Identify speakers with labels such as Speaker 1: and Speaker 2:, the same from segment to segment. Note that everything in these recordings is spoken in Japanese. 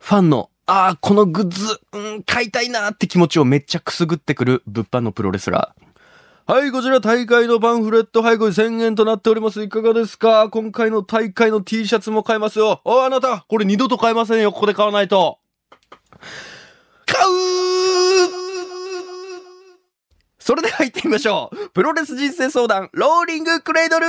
Speaker 1: ファンの、このグッズ、買いたいなって気持ちをめっちゃくすぐってくる物販のプロレスラー。はい、こちら大会のパンフレット配合1000円となっております。いかがですか？今回の大会の T シャツも買えますよ。あなた、これ二度と買えませんよ。ここで買わないと。買う！それでは行ってみましょう。プロレス人生相談、ローリングクレイドル。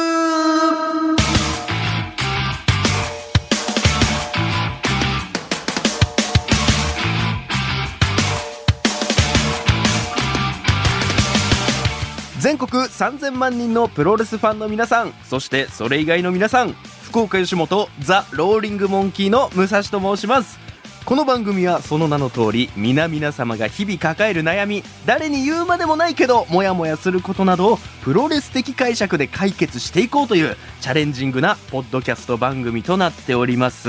Speaker 1: 全国3000万人のプロレスファンの皆さん、そしてそれ以外の皆さん、福岡吉本ザ・ローリングモンキーの武蔵と申します。この番組はその名の通り、皆様が日々抱える悩み、誰に言うまでもないけどモヤモヤすることなどをプロレス的解釈で解決していこうというチャレンジングなポッドキャスト番組となっております。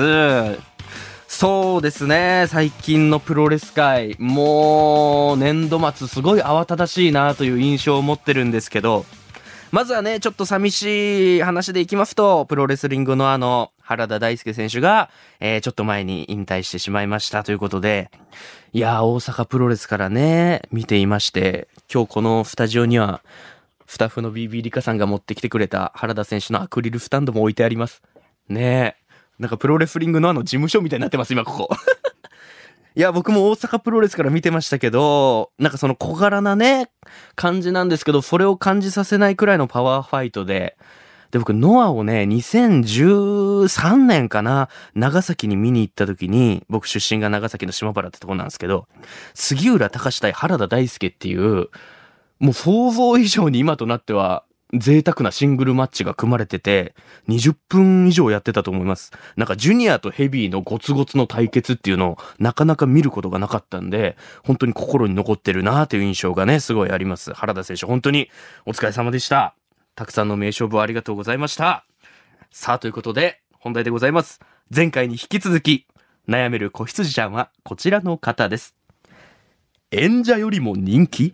Speaker 1: そうですね、最近のプロレス界、もう年度末すごい慌ただしいなという印象を持ってるんですけど、まずはね、ちょっと寂しい話でいきますと、プロレスリングの原田大輔選手が、ちょっと前に引退してしまいましたということで、いやー、大阪プロレスからね、見ていまして、今日このスタジオには、スタッフの BB リカさんが持ってきてくれた原田選手のアクリルスタンドも置いてあります。ねえ。なんかプロレスリングの事務所みたいになってます、今ここ。いや、僕も大阪プロレスから見てましたけど、なんかその小柄なね、感じなんですけど、それを感じさせないくらいのパワーファイトで、僕、ノアをね、2013年かな、長崎に見に行った時に、僕出身が長崎の島原ってとこなんですけど、杉浦隆対原田大輔っていう、もう想像以上に今となっては、贅沢なシングルマッチが組まれてて、20分以上やってたと思います。なんかジュニアとヘビーのゴツゴツの対決っていうのをなかなか見ることがなかったんで、本当に心に残ってるなーという印象がね、すごいあります。原田選手、本当にお疲れ様でした。たくさんの名勝負をありがとうございました。さあ、ということで、本題でございます。前回に引き続き、悩める子羊ちゃんはこちらの方です。演者よりも人気？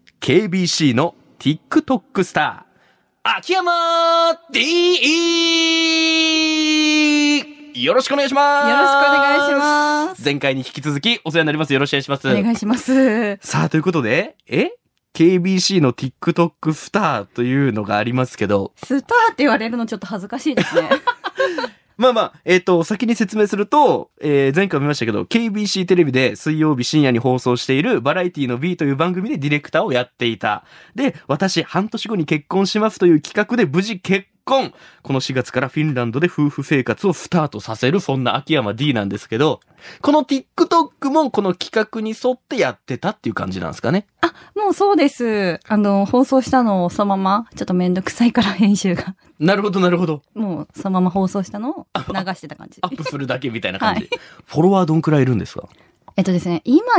Speaker 1: KBC の TikTok スター。秋山 D！ よろしくお願いします。
Speaker 2: よろしくお願いします。
Speaker 1: 前回に引き続きお世話になります。よろしくお願いします。
Speaker 2: お願いします。
Speaker 1: さあ、ということで、KBC の TikTok スターというのがありますけど。
Speaker 2: スターって言われるのちょっと恥ずかしいですね。
Speaker 1: 先に説明すると、前回も見ましたけど、KBC テレビで水曜日深夜に放送しているバラエティの B という番組でディレクターをやっていた。で、私、半年後に結婚しますという企画で無事結婚。この4月からフィンランドで夫婦生活をスタートさせる、そんな秋山 D なんですけど、この TikTok もこの企画に沿ってやってたっていう感じなんですかね。
Speaker 2: あ、もうそうです。放送したのをそのまま、ちょっとめんどくさいから編集が。
Speaker 1: なるほど、なるほど。
Speaker 2: もうそのまま放送したのを流してた感じ。
Speaker 1: アップするだけみたいな感じ。
Speaker 2: はい、
Speaker 1: フォロワーどんくらいいるんですか？
Speaker 2: ですね、今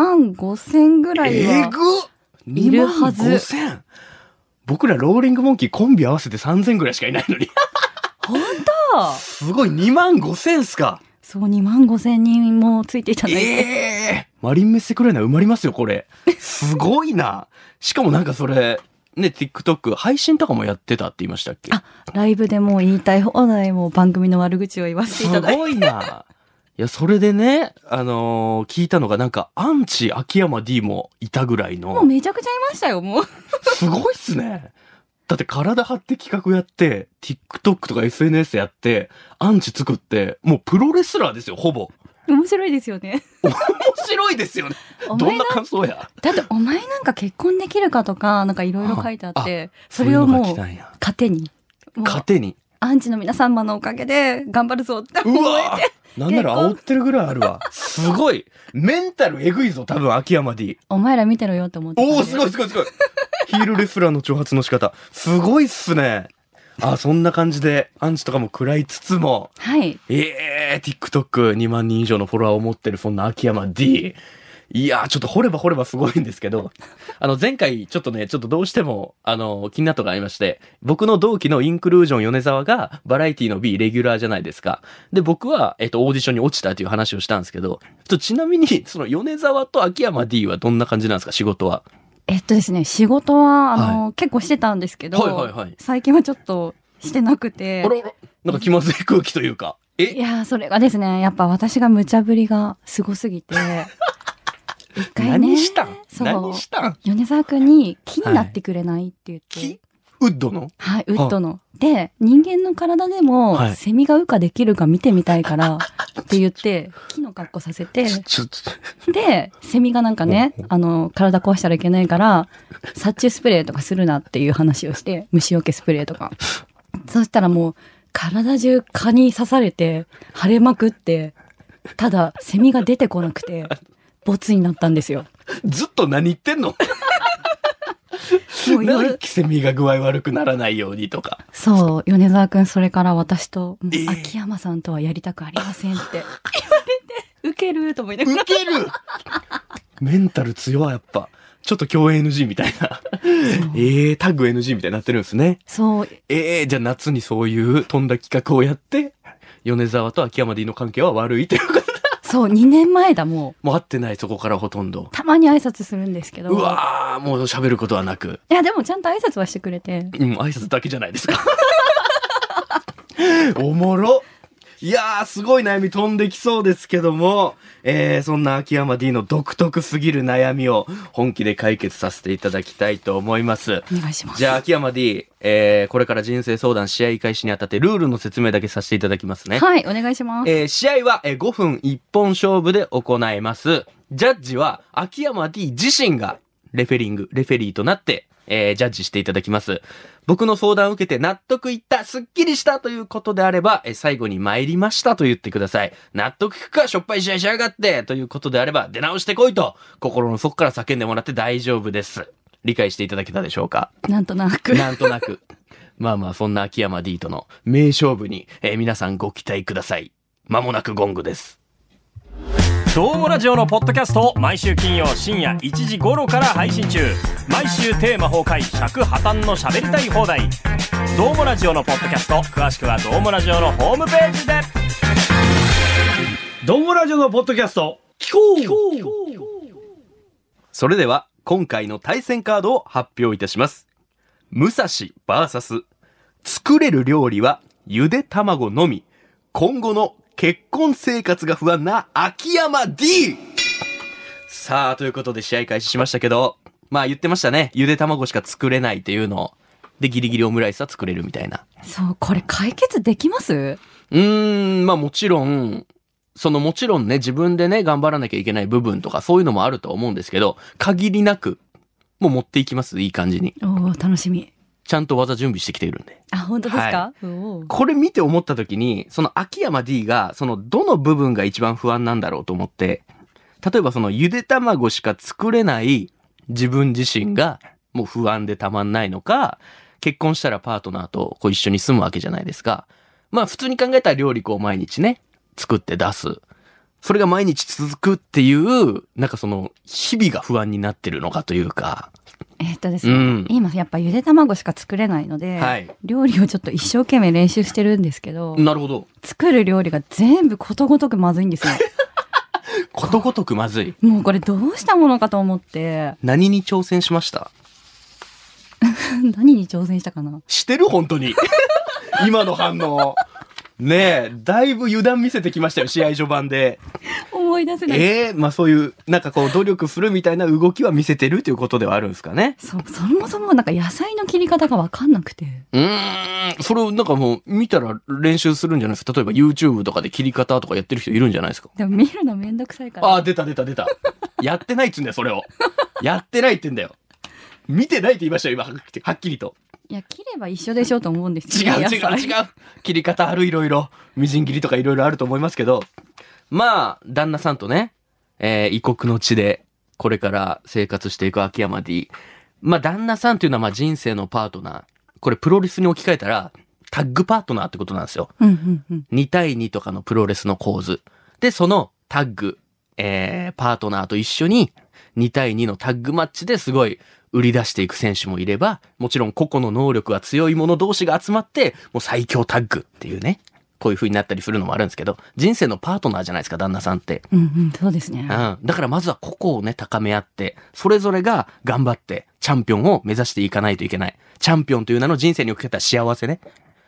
Speaker 2: 25000ぐらいは。いるはず。
Speaker 1: 25000？僕らローリングモンキーコンビ合わせて3000ぐらいしかいないのに。
Speaker 2: 本当？
Speaker 1: すごい、25000っすか？
Speaker 2: そう、25000人もついていただいて。
Speaker 1: マリンメッセくらいな埋まりますよ、これ。すごいな。しかもなんかそれ、ね、TikTok 配信とかもやってたって言いましたっけ？
Speaker 2: あ、ライブでもう言いたい放題も番組の悪口を言わせていただいて。
Speaker 1: すごいな。いや、それでね、聞いたのがなんかアンチ秋山 D もいたぐらいの。
Speaker 2: もうめちゃくちゃいましたよ、もう。
Speaker 1: すごいっすね。だって体張って企画やって、TikTok とか SNS やって、アンチ作って、もうプロレスラーですよ、ほぼ。
Speaker 2: 面白いですよね。
Speaker 1: 面白いですよね。どんな感想や。
Speaker 2: だってお前なんか結婚できるかとか、なんかいろいろ書いてあって、それをもう糧に。
Speaker 1: 糧に。
Speaker 2: アンチの皆様のおかげで頑張るぞって思えて。
Speaker 1: なんなら煽ってるぐらいあるわ。すごい。メンタルえぐいぞ、多分秋山 D。
Speaker 2: お前ら見てろよって思って。
Speaker 1: おー、すごいすごいすごい。ヒールレスラーの挑発の仕方。すごいっすね。そんな感じで、アンチとかも食らいつつも。
Speaker 2: はい。
Speaker 1: TikTok2 万人以上のフォロワーを持ってる、そんな秋山 D。いやー、ちょっと掘れば掘ればすごいんですけど、前回ちょっとどうしても、気になったのがありまして、僕の同期のインクルージョン米沢がバラエティの B レギュラーじゃないですか。で、僕は、オーディションに落ちたという話をしたんですけど、ちなみに、その米沢と秋山 D はどんな感じなんですか、仕事は。
Speaker 2: ですね、仕事は、
Speaker 1: はい、
Speaker 2: 結構してたんですけど、
Speaker 1: はいはいはい、
Speaker 2: 最近はちょっとしてなくて。
Speaker 1: あらあら、なんか気まずい空気というか。
Speaker 2: いや、それがですね、やっぱ私が無茶ぶりがすごすぎて、一回ね、
Speaker 1: 何したん？
Speaker 2: 米沢くんに木になってくれないって言って。
Speaker 1: 木？ウッドの？
Speaker 2: はい、ウッドの。で、人間の体でも、セミが羽化できるか見てみたいから、って言って、木の格好させて、で、セミがなんかね、体壊したらいけないから、殺虫スプレーとかするなっていう話をして、虫除けスプレーとか。そしたらもう、体中蚊に刺されて、腫れまくって、ただ、セミが出てこなくて、ボツになったんですよ。
Speaker 1: ずっと何言ってんの？なんかセミが具合悪くならないようにとか。
Speaker 2: そう、米沢くんそれから私と、秋山さんとはやりたくありませんって言われて、ウケると思いながら。
Speaker 1: ウケるメンタル強い、やっぱ。ちょっと共演 NG みたいな。タッグ NG みたいになってるんですね。
Speaker 2: そう。
Speaker 1: じゃあ夏にそういう飛んだ企画をやって、米沢と秋山 D の関係は悪いっていうことだ。
Speaker 2: そう、2年前だ、も
Speaker 1: う会ってない、そこからほとんど。
Speaker 2: たまに挨拶するんですけど。
Speaker 1: うわー、もう喋ることはなく。
Speaker 2: いや、でもちゃんと挨拶はしてくれて。
Speaker 1: 挨拶だけじゃないですか。おもろ。いやー、すごい悩み飛んできそうですけども、そんな秋山 D の独特すぎる悩みを本気で解決させていただきたいと思います。
Speaker 2: お願いします。
Speaker 1: じゃあ秋山 D、これから人生相談試合開始にあたってルールの説明だけさせていただきますね。
Speaker 2: はい、お願いします。
Speaker 1: 試合は5分1本勝負で行います。ジャッジは秋山 D 自身がレフェリーとなって、ジャッジしていただきます。僕の相談を受けて納得いった、すっきりしたということであれば、最後に参りましたと言ってください。納得いくか、しょっぱい試合しやがってということであれば、出直してこいと、心の底から叫んでもらって大丈夫です。理解していただけたでしょうか？
Speaker 2: なんとなく。
Speaker 1: なんとなく。まあまあ、そんな秋山 D との名勝負に、皆さんご期待ください。間もなくゴングです。
Speaker 3: どうもラジオのポッドキャストを毎週金曜深夜1時頃から配信中。毎週テーマ崩壊、尺破綻の喋りたい放題。どうもラジオのポッドキャスト、詳しくはどうもラジオのホームページで。
Speaker 4: どうもラジオのポッドキャスト、聞こう。
Speaker 1: それでは今回の対戦カードを発表いたします。武蔵 VS 作れる料理はゆで卵のみ、今後の結婚生活が不安な秋山 D。 さあ、ということで試合開始しましたけど、まあ言ってましたね、ゆで卵しか作れないっていうので、ギリギリオムライスは作れるみたいな。
Speaker 2: そう、これ解決できます？
Speaker 1: まあもちろんね、自分でね、頑張らなきゃいけない部分とかそういうのもあると思うんですけど、限りなくもう持っていきます。いい感じに。
Speaker 2: おー、楽しみ。
Speaker 1: ちゃんと技準備してきているんで。
Speaker 2: あ、本当ですか？
Speaker 1: はい、これ見て思った時に、その秋山 D が、どの部分が一番不安なんだろうと思って、例えばゆで卵しか作れない自分自身がもう不安でたまんないのか、結婚したらパートナーと一緒に住むわけじゃないですか。まあ普通に考えたら料理を毎日ね、作って出す。それが毎日続くっていう、なんか日々が不安になってるのかというか。
Speaker 2: ですね、今やっぱゆで卵しか作れないので、
Speaker 1: はい、
Speaker 2: 料理をちょっと一生懸命練習してるんですけど、
Speaker 1: なるほど。
Speaker 2: 作る料理が全部ことごとくまずいんですよ。
Speaker 1: ことごとくまずい。
Speaker 2: もうこれどうしたものかと思って。
Speaker 1: 何に挑戦しました？
Speaker 2: 何に挑戦したかな？
Speaker 1: してる本当に。今の反応。ねえ、だいぶ油断見せてきましたよ、試合序盤で。
Speaker 2: 思い出せない。
Speaker 1: まあそういう、なんか努力するみたいな動きは見せてるということではあるんですかね。
Speaker 2: そもそもなんか野菜の切り方がわかんなくて。
Speaker 1: それをなんかもう見たら練習するんじゃないですか。例えば YouTube とかで切り方とかやってる人いるんじゃないですか。
Speaker 2: でも見るのめんどくさいから。
Speaker 1: あ、出た。やってないっつうんだよ、それを。やってないって言うんだよ。見てないって言いましたよ、今、はっきりと。
Speaker 2: いや、切れば一緒でしょうと思うんですよ。
Speaker 1: 違う。切り方ある、いろいろ。みじん切りとかいろいろあると思いますけど。まあ、旦那さんとね、異国の地で、これから生活していく秋山 D。まあ、旦那さんというのは人生のパートナー。これプロレスに置き換えたら、タッグパートナーってことなんですよ。2対2とかのプロレスの構図。で、そのタッグ、パートナーと一緒に、2対2のタッグマッチですごい売り出していく選手もいれば、もちろん個々の能力が強い者同士が集まって、もう最強タッグっていうね、こういう風になったりするのもあるんですけど、人生のパートナーじゃないですか、旦那さんって。
Speaker 2: そうですね。
Speaker 1: だからまずは個々をね、高め合って、それぞれが頑張って、チャンピオンを目指していかないといけない。チャンピオンという名の人生におけた幸せね。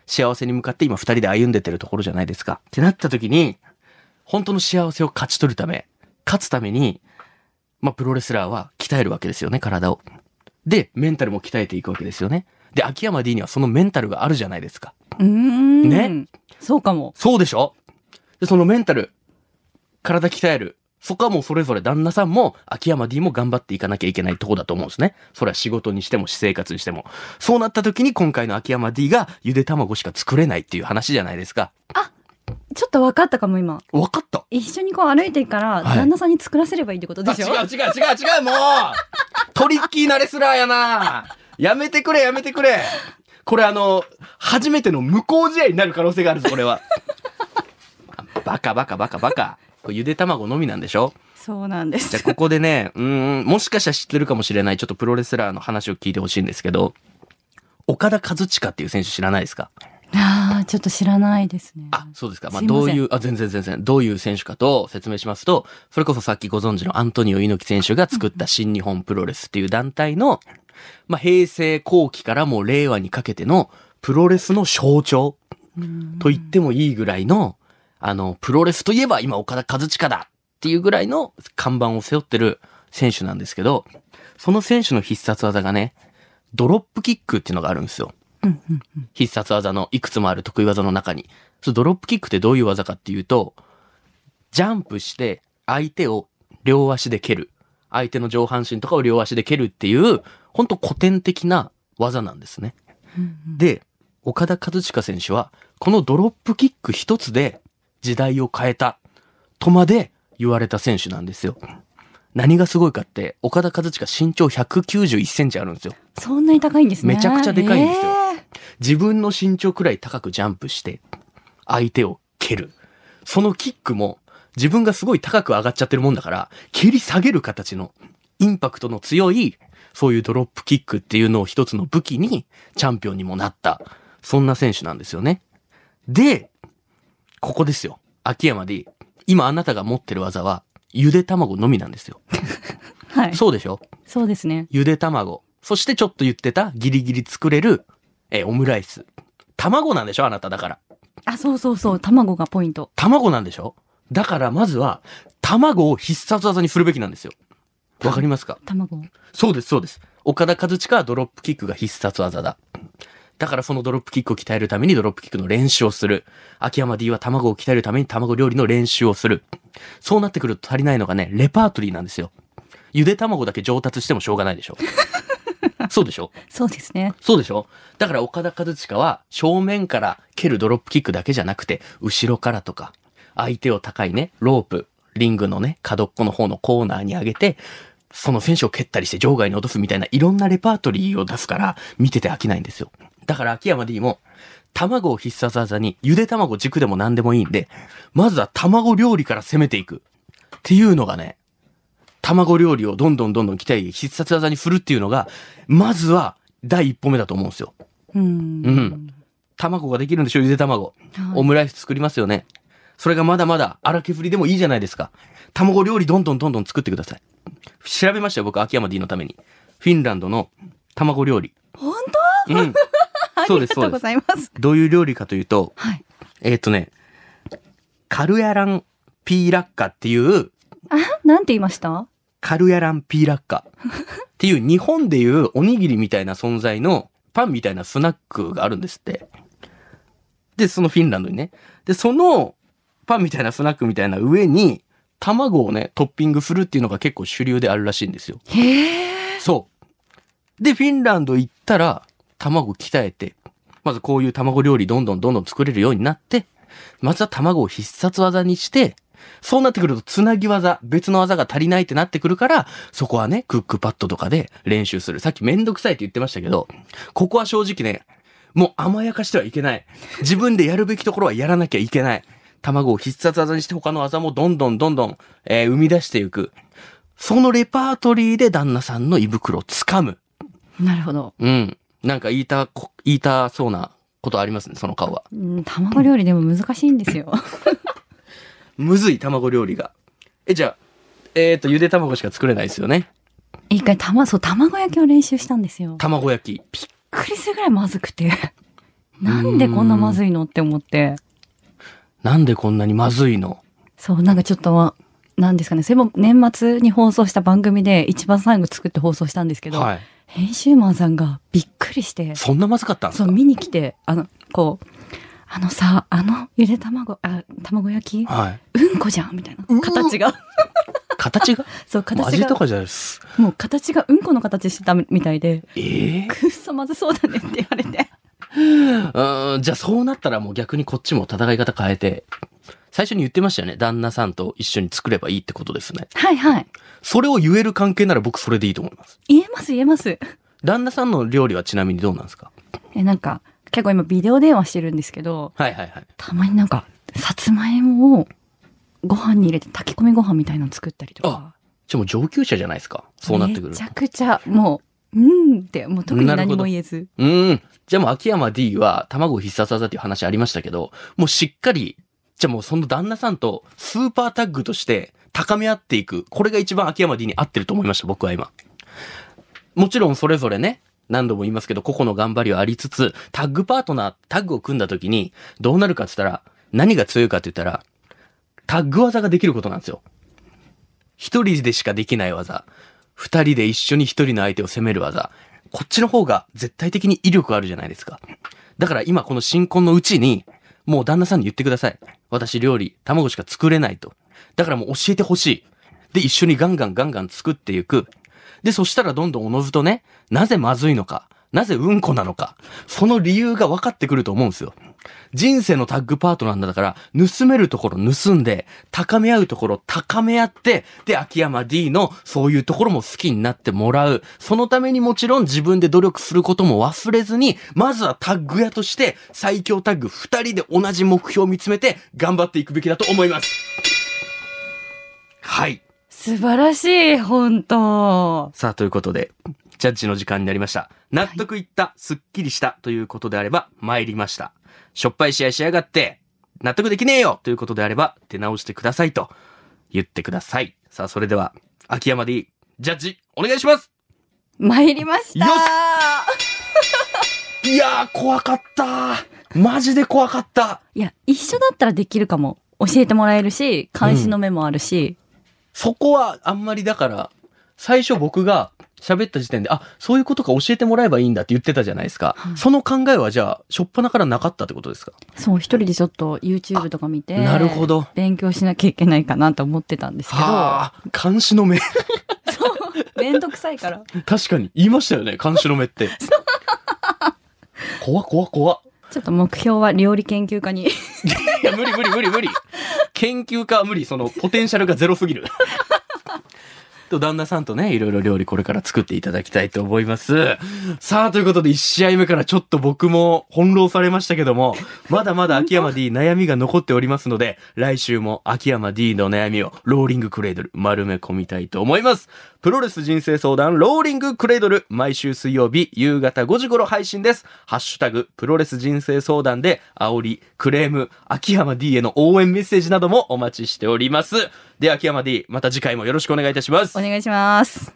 Speaker 1: 幸せに向かって今2人で歩んでってるところじゃないですか。ってなった時に、本当の幸せを勝ち取るため、勝つために、プロレスラーは鍛えるわけですよね、体を。で、メンタルも鍛えていくわけですよね。で、秋山 D にはそのメンタルがあるじゃないですか。
Speaker 2: ね。そうかも。
Speaker 1: そうでしょ？で、そのメンタル、体鍛える。そこはもうそれぞれ旦那さんも秋山 D も頑張っていかなきゃいけないとこだと思うんですね。それは仕事にしても私生活にしても。そうなった時に今回の秋山 D がゆで卵しか作れないっていう話じゃないですか。
Speaker 2: あ、ちょっと分かったかも今。
Speaker 1: 分かった？
Speaker 2: 一緒にこう歩いていから、旦那さんに作らせればいいってことでしょ？
Speaker 1: 違うもうトリッキーなレスラーやな。やめてくれ。これ初めての無効試合になる可能性があるぞ、これは。バカ。これゆで卵のみなんでしょ？
Speaker 2: そうなんです。
Speaker 1: じゃあここでね、もしかしたら知ってるかもしれない、ちょっとプロレスラーの話を聞いてほしいんですけど、岡田和親っていう選手知らないですか？
Speaker 2: ちょっと知らないですね。
Speaker 1: あ、そうですか。どういう、全然、どういう選手かと説明しますと、それこそさっきご存知のアントニオ猪木選手が作った新日本プロレスっていう団体の、平成後期からもう令和にかけてのプロレスの象徴と言ってもいいぐらいの、プロレスといえば今岡田和親だっていうぐらいの看板を背負ってる選手なんですけど、その選手の必殺技がね、ドロップキックっていうのがあるんですよ。必殺技のいくつもある得意技の中に。そのドロップキックってどういう技かっていうと、ジャンプして相手を両足で蹴る。相手の上半身とかを両足で蹴るっていう、本当古典的な技なんですね。で、岡田和親選手は、このドロップキック一つで時代を変えたとまで言われた選手なんですよ。何がすごいかって、岡田和親身長191センチあるんですよ。
Speaker 2: そんなに高いんですね。
Speaker 1: めちゃくちゃでかいんですよ。自分の身長くらい高くジャンプして、相手を蹴る。そのキックも、自分がすごい高く上がっちゃってるもんだから、蹴り下げる形の、インパクトの強い、そういうドロップキックっていうのを一つの武器に、チャンピオンにもなった。そんな選手なんですよね。で、ここですよ。秋山 D。今あなたが持ってる技は、ゆで卵のみなんですよ。
Speaker 2: はい。
Speaker 1: そうでしょ？
Speaker 2: そうですね。
Speaker 1: ゆで卵。そしてちょっと言ってたギリギリ作れる、オムライス。卵なんでしょ？あなただから。
Speaker 2: あ、そう。卵がポイント。
Speaker 1: 卵なんでしょ？だからまずは、卵を必殺技にするべきなんですよ。わかりますか？
Speaker 2: 卵。
Speaker 1: そうです。岡田和親はドロップキックが必殺技だ。だからそのドロップキックを鍛えるためにドロップキックの練習をする。秋山 D は卵を鍛えるために卵料理の練習をする。そうなってくると足りないのがね、レパートリーなんですよ。ゆで卵だけ上達してもしょうがないでしょ。そうでしょ？
Speaker 2: そうですね。
Speaker 1: そうでしょ？だから岡田和親は正面から蹴るドロップキックだけじゃなくて、後ろからとか、相手を高いね、ロープ、リングのね、角っこの方のコーナーに上げて、その選手を蹴ったりして場外に落とすみたいないろんなレパートリーを出すから見てて飽きないんですよ。だから秋山 D も卵を必殺技にゆで卵軸でも何でもいいんで、まずは卵料理から攻めていくっていうのがね、卵料理をどんどん鍛え必殺技に振るっていうのがまずは第一歩目だと思うんですよ。卵ができるんでしょ、ゆで卵。オムライス作りますよね。それがまだまだ荒削りでもいいじゃないですか。卵料理どんどん作ってください。調べましたよ、僕、秋山 D のために。フィンランドの卵料理。
Speaker 2: 本当？
Speaker 1: そうです、
Speaker 2: ありがとうございます。
Speaker 1: どういう料理かというと、
Speaker 2: はい。
Speaker 1: カルヤランピーラッカっていう、
Speaker 2: なんて言いました？
Speaker 1: カルヤランピーラッカっていう日本でいうおにぎりみたいな存在のパンみたいなスナックがあるんですって。で、そのフィンランドにね。で、そのパンみたいなスナックみたいな上に卵をね、トッピングするっていうのが結構主流であるらしいんですよ。
Speaker 2: へー。
Speaker 1: そう。で、フィンランド行ったら卵鍛えて、まずこういう卵料理どんどん作れるようになって、まずは卵を必殺技にして、そうなってくるとつなぎ技、別の技が足りないってなってくるから、そこはね、クックパッドとかで練習する。さっきめんどくさいって言ってましたけど、ここは正直ね、もう甘やかしてはいけない。自分でやるべきところはやらなきゃいけない。卵を必殺技にして他の技もどんどん、生み出していく。そのレパートリーで旦那さんの胃袋を掴む。
Speaker 2: なるほど。
Speaker 1: なんか言いたそうなことありますね、その顔は。
Speaker 2: 卵料理でも難しいんですよ。
Speaker 1: むずい、卵料理が。じゃあ、ゆで卵しか作れないですよね。
Speaker 2: 一回卵焼きを練習したんですよ。
Speaker 1: 卵焼き。
Speaker 2: びっくりするぐらいまずくて。 なんでこんなまずいのって思って。
Speaker 1: なんでこんなにまずいの？
Speaker 2: そう、なんかちょっと、なんですかね、それも年末に放送した番組で一番最後作って放送したんですけど、はい、編集マンさんがびっくりして。
Speaker 1: そんなまずかったんですか？
Speaker 2: そう、見に来て、ゆで卵焼き、はい、うんこじゃんみたいな。形が。
Speaker 1: 形が
Speaker 2: そう、形が。
Speaker 1: 味とかじゃないです。
Speaker 2: もう形がうんこの形してたみたいで。くっそまずそうだねって言われて。
Speaker 1: じゃあそうなったらもう逆にこっちも戦い方変えて、最初に言ってましたよね。旦那さんと一緒に作ればいいってことですね。
Speaker 2: はいはい。
Speaker 1: それを言える関係なら僕それでいいと思います。
Speaker 2: 言えます。
Speaker 1: 旦那さんの料理はちなみにどうなんですか？
Speaker 2: なんか、結構今ビデオ電話してるんですけど、
Speaker 1: はいはいはい。
Speaker 2: たまになんか、さつまいもをご飯に入れて炊き込みご飯みたいなの作ったりとか。
Speaker 1: じゃあもう上級者じゃないですか。そうなってくる。
Speaker 2: めちゃくちゃ、もう、もう特に何も言えず。
Speaker 1: じゃあもう秋山 D は卵必殺技っていう話ありましたけど、もうしっかり、じゃあもうその旦那さんとスーパータッグとして高め合っていく。これが一番秋山 D に合ってると思いました、僕は今。もちろんそれぞれね、何度も言いますけど、個々の頑張りはありつつ、タッグパートナー、タッグを組んだ時に、どうなるかって言ったら、何が強いかって言ったら、タッグ技ができることなんですよ。一人でしかできない技。二人で一緒に一人の相手を攻める技。こっちの方が絶対的に威力あるじゃないですか。だから今この新婚のうちに、もう旦那さんに言ってください。私料理、卵しか作れないと。だからもう教えてほしい。で、一緒にガンガン作っていく。で、そしたらどんどんおのずとね、なぜまずいのか、なぜうんこなのか、その理由が分かってくると思うんですよ。人生のタッグパートナーなんだから、盗めるところ盗んで、高め合うところ高め合って、で、秋山 D のそういうところも好きになってもらう。そのためにもちろん自分で努力することも忘れずに、まずはタッグ屋として最強タッグ2人で同じ目標を見つめて頑張っていくべきだと思います。はい。
Speaker 2: 素晴らしい、本当。
Speaker 1: さあ、ということで、ジャッジの時間になりました。納得いった、すっきりしたということであれば、参りました。しょっぱい試合しやがって、納得できねえよということであれば、出直してくださいと言ってください。さあ、それでは、秋山 D、ジャッジ、お願いします。
Speaker 2: 参りました。よ
Speaker 1: しいやー、怖かった。マジで怖かった。
Speaker 2: いや、一緒だったらできるかも。教えてもらえるし、監視の目もあるし。
Speaker 1: そこはあんまりだから、最初僕が喋った時点で、あ、そういうことか教えてもらえばいいんだって言ってたじゃないですか。その考えはじゃあ、しょっぱなからなかったってことですか？
Speaker 2: そう、一人でちょっと YouTube とか見て、
Speaker 1: なるほど。
Speaker 2: 勉強しなきゃいけないかなと思ってたんですけど。
Speaker 1: 監視の目。そう、
Speaker 2: めんどくさいから。
Speaker 1: 確かに、言いましたよね、監視の目って。怖っ。
Speaker 2: ちょっと目標は料理研究家に。い
Speaker 1: や、無理。研究家は無理。その、ポテンシャルがゼロすぎる。と、旦那さんとね、いろいろ料理これから作っていただきたいと思います。さあ、ということで1試合目からちょっと僕も翻弄されましたけども、まだまだ秋山 D 悩みが残っておりますので、来週も秋山 D の悩みをローリングクレードル丸め込みたいと思います。プロレス人生相談ローリングクレードル、毎週水曜日夕方5時頃配信です。ハッシュタグプロレス人生相談で煽り、クレーム、秋山 D への応援メッセージなどもお待ちしております。で、秋山 D、また次回もよろしくお願いいたします。
Speaker 2: お願いします。